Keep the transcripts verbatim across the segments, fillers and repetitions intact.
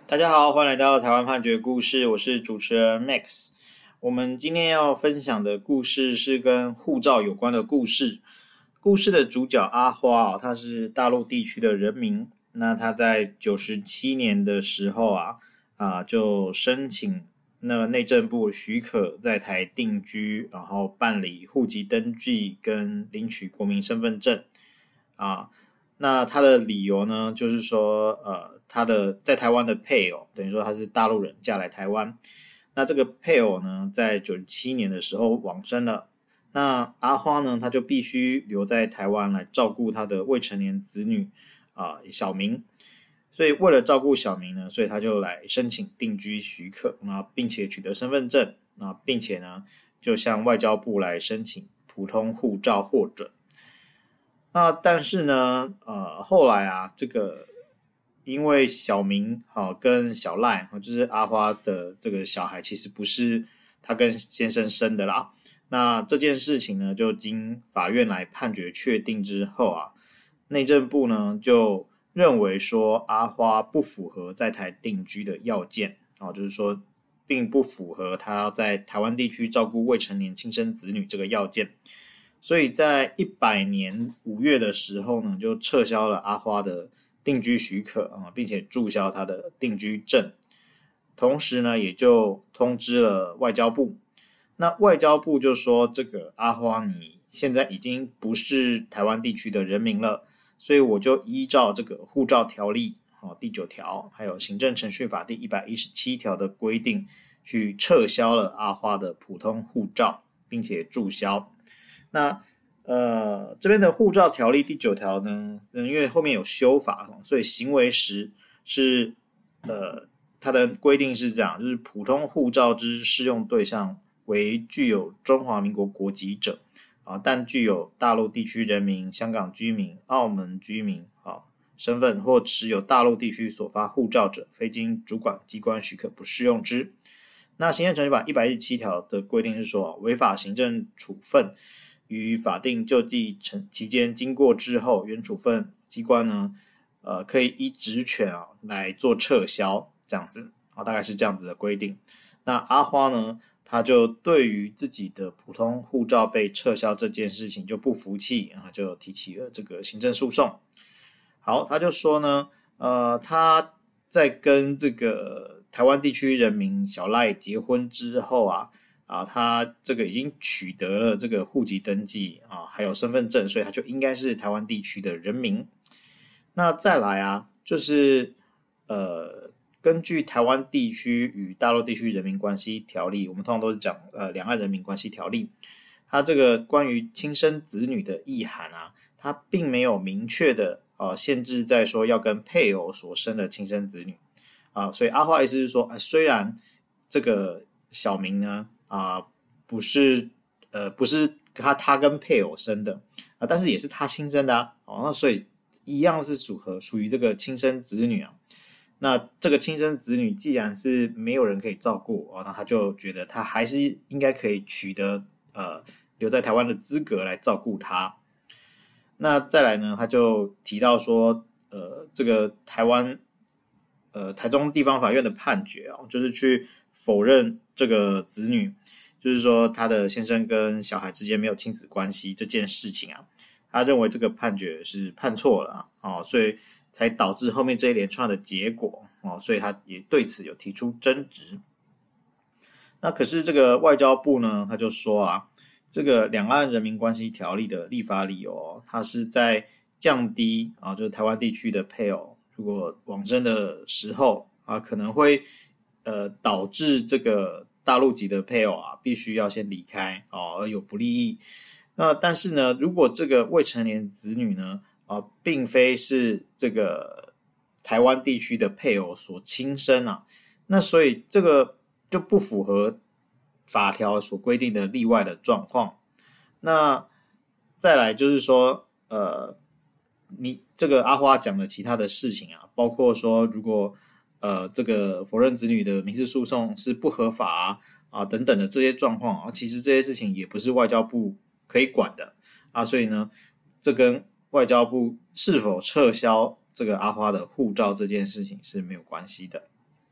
大家好，欢迎来到台湾判决故事，我是主持人 Max。我们今天要分享的故事是跟护照有关的故事。故事的主角阿花、哦、他是大陆地区的人民。那他在九十七年的时候啊，啊就申请那内政部许可在台定居，然后办理户籍登记跟领取国民身份证啊。那他的理由呢，就是说，呃，他的在台湾的配偶，等于说他是大陆人嫁来台湾，那这个配偶呢，在九十七年的时候往生了，那阿花呢，他就必须留在台湾来照顾他的未成年子女啊、呃，小明，所以为了照顾小明呢，所以他就来申请定居许可，那并且取得身份证，那并且呢，就向外交部来申请普通护照获准。那但是呢，呃，后来啊，这个因为小明好、哦、跟小赖、哦、就是阿花的这个小孩，其实不是他跟先生生的啦。那这件事情呢，就经法院来判决确定之后啊，内政部呢就认为说阿花不符合在台定居的要件，哦，就是说并不符合他要在台湾地区照顾未成年亲生子女这个要件。所以在一百年五月的时候呢，就撤销了阿花的定居许可啊，并且注销他的定居证。同时呢，也就通知了外交部。那外交部就说，这个阿花你现在已经不是台湾地区的人民了，所以我就依照这个护照条例啊第九条，还有行政程序法第一百一十七条的规定，去撤销了阿花的普通护照，并且注销。那呃，这边的护照条例第九条呢，因为后面有修法，所以行为时是呃，它的规定是这样，就是普通护照之适用对象为具有中华民国国籍者啊，但具有大陆地区人民、香港居民、澳门居民啊身份或持有大陆地区所发护照者，非经主管机关许可不适用之。那行政程序法一百一十七条的规定是说，违法行政处分于法定救济期间经过之后，原处分机关呢，呃，可以依职权啊来做撤销，这样子啊，大概是这样子的规定。那阿花呢，他就对于自己的普通护照被撤销这件事情就不服气啊，就提起了这个行政诉讼。好，他就说呢，呃，他在跟这个台湾地区人民小赖结婚之后啊。啊，他这个已经取得了这个户籍登记啊，还有身份证，所以他就应该是台湾地区的人民。那再来啊，就是呃，根据台湾地区与大陆地区人民关系条例，我们通常都是讲呃两岸人民关系条例，它这个关于亲生子女的意涵啊，它并没有明确的呃限制在说要跟配偶所生的亲生子女啊，所以阿花意思是说，呃、虽然这个小明呢。啊、呃，不是，呃，不是他他跟配偶生的啊、呃，但是也是他亲生的啊，哦，那所以一样是属和属于这个亲生子女啊。那这个亲生子女既然是没有人可以照顾哦，那他就觉得他还是应该可以取得呃留在台湾的资格来照顾他。那再来呢，他就提到说，呃，这个台湾呃台中地方法院的判决哦，就是去否认这个子女，就是说他的先生跟小孩之间没有亲子关系这件事情啊，他认为这个判决是判错了啊、哦，所以才导致后面这一连串的结果哦，所以他也对此有提出争执。那可是这个外交部呢，他就说啊，这个两岸人民关系条例的立法理由、哦，它是在降低啊，就是台湾地区的配偶如果往生的时候啊，可能会呃导致这个大陆籍的配偶啊必须要先离开啊，而有不利益。那但是呢，如果这个未成年子女呢啊，并非是这个台湾地区的配偶所亲生啊，那所以这个就不符合法条所规定的例外的状况。那再来就是说，呃，你这个阿花讲的其他的事情啊，包括说如果呃这个否认子女的民事诉讼是不合法啊啊等等的这些状况啊，其实这些事情也不是外交部可以管的啊，所以呢，这跟外交部是否撤销这个阿花的护照这件事情是没有关系的。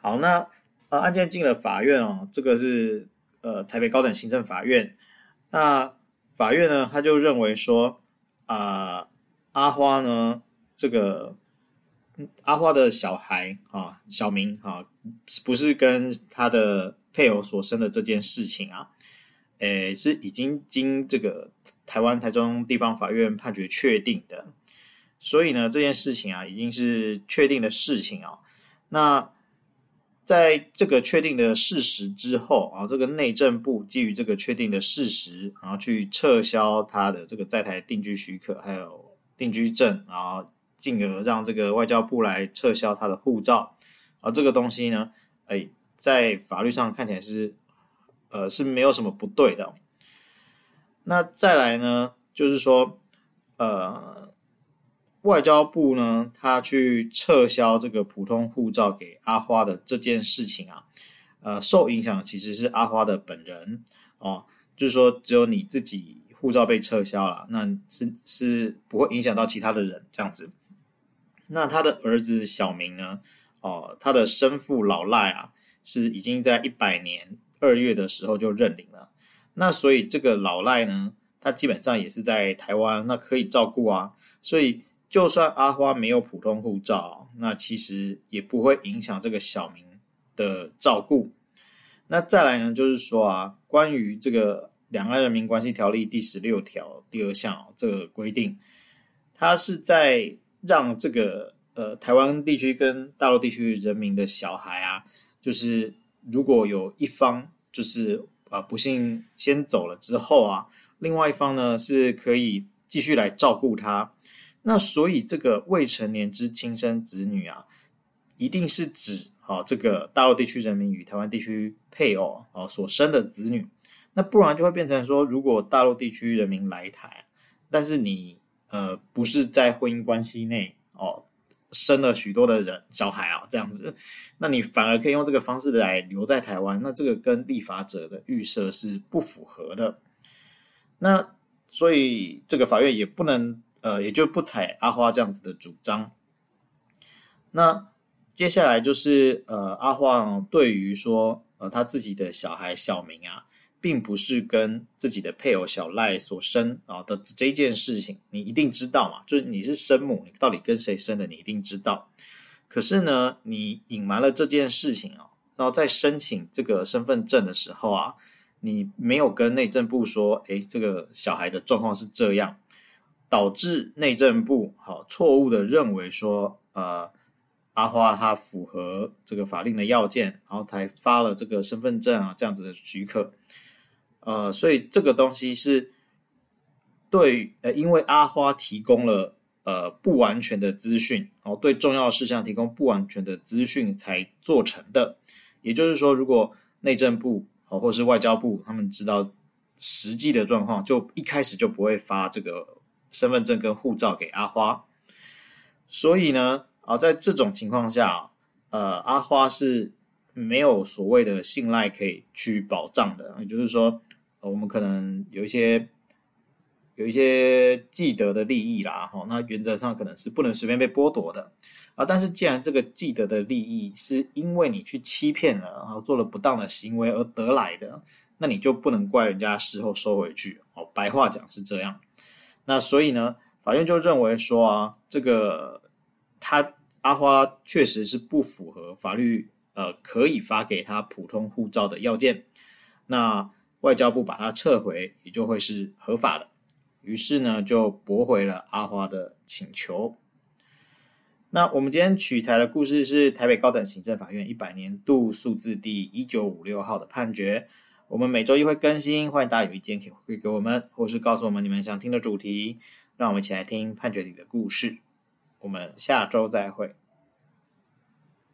好，那呃案件进了法院哦，这个是呃台北高等行政法院。那法院呢，他就认为说啊、呃、阿花呢这个阿花的小孩啊小明啊不是跟他的配偶所生的这件事情啊，诶是已经经这个台湾台中地方法院判决确定的。所以呢，这件事情啊，已经是确定的事情啊。那在这个确定的事实之后啊，这个内政部基于这个确定的事实，然后去撤销他的这个在台定居许可，还有定居证，然后进而让这个外交部来撤销他的护照。而这个东西呢，哎，在法律上看起来是呃是没有什么不对的。那再来呢，就是说呃。外交部呢，他去撤销这个普通护照给阿花的这件事情啊，呃，受影响其实是阿花的本人哦，就是说只有你自己护照被撤销了，那是是不会影响到其他的人这样子。那他的儿子小明呢，哦，他的生父老赖啊，是已经在一百年二月的时候就认领了，那所以这个老赖呢，他基本上也是在台湾，那可以照顾啊，所以。就算阿花没有普通护照，那其实也不会影响这个小明的照顾。那再来呢，就是说啊，关于这个两岸人民关系条例第十六条第二项、哦、这个规定，它是在让这个呃台湾地区跟大陆地区人民的小孩啊，就是如果有一方就是呃不幸先走了之后啊，另外一方呢是可以继续来照顾他。那所以这个未成年之亲生子女啊，一定是指、哦、这个大陆地区人民与台湾地区配偶、哦、所生的子女。那不然就会变成说，如果大陆地区人民来台，但是你呃不是在婚姻关系内哦生了许多的人小孩啊这样子，那你反而可以用这个方式来留在台湾，那这个跟立法者的预设是不符合的。那所以这个法院也不能。呃，也就不采阿花这样子的主张。那接下来就是呃，阿花对于说呃他自己的小孩小明啊，并不是跟自己的配偶小赖所生啊的这件事情，你一定知道嘛，就是你是生母，你到底跟谁生的，你一定知道。可是呢，你隐瞒了这件事情啊，然后在申请这个身份证的时候啊，你没有跟内政部说，诶，这个小孩的状况是这样。导致内政部好错误的认为说，呃，阿花他符合这个法令的要件，然后才发了这个身份证啊这样子的许可，呃，所以这个东西是对，呃，因为阿花提供了呃不完全的资讯，哦，对重要事项提供不完全的资讯才做成的。也就是说，如果内政部哦或是外交部他们知道实际的状况，就一开始就不会发这个。身份证跟护照给阿花，所以呢，啊，在这种情况下，呃，阿花是没有所谓的信赖可以去保障的。也就是说，呃、我们可能有一些有一些既得的利益啦，哈，那原则上可能是不能随便被剥夺的啊。但是既然这个既得的利益是因为你去欺骗了，然后做了不当的行为而得来的，那你就不能怪人家事后收回去。哦，白话讲是这样。那所以呢，法院就认为说啊，这个他阿花确实是不符合法律呃可以发给他普通护照的要件，那外交部把它撤回，也就会是合法的。于是呢，就驳回了阿花的请求。那我们今天取材的故事是台北高等行政法院一百年度数字第一九五六号的判决。我们每周一会更新，欢迎大家有意见可以回馈给我们，或是告诉我们你们想听的主题，让我们一起来听判决里的故事。我们下周再会。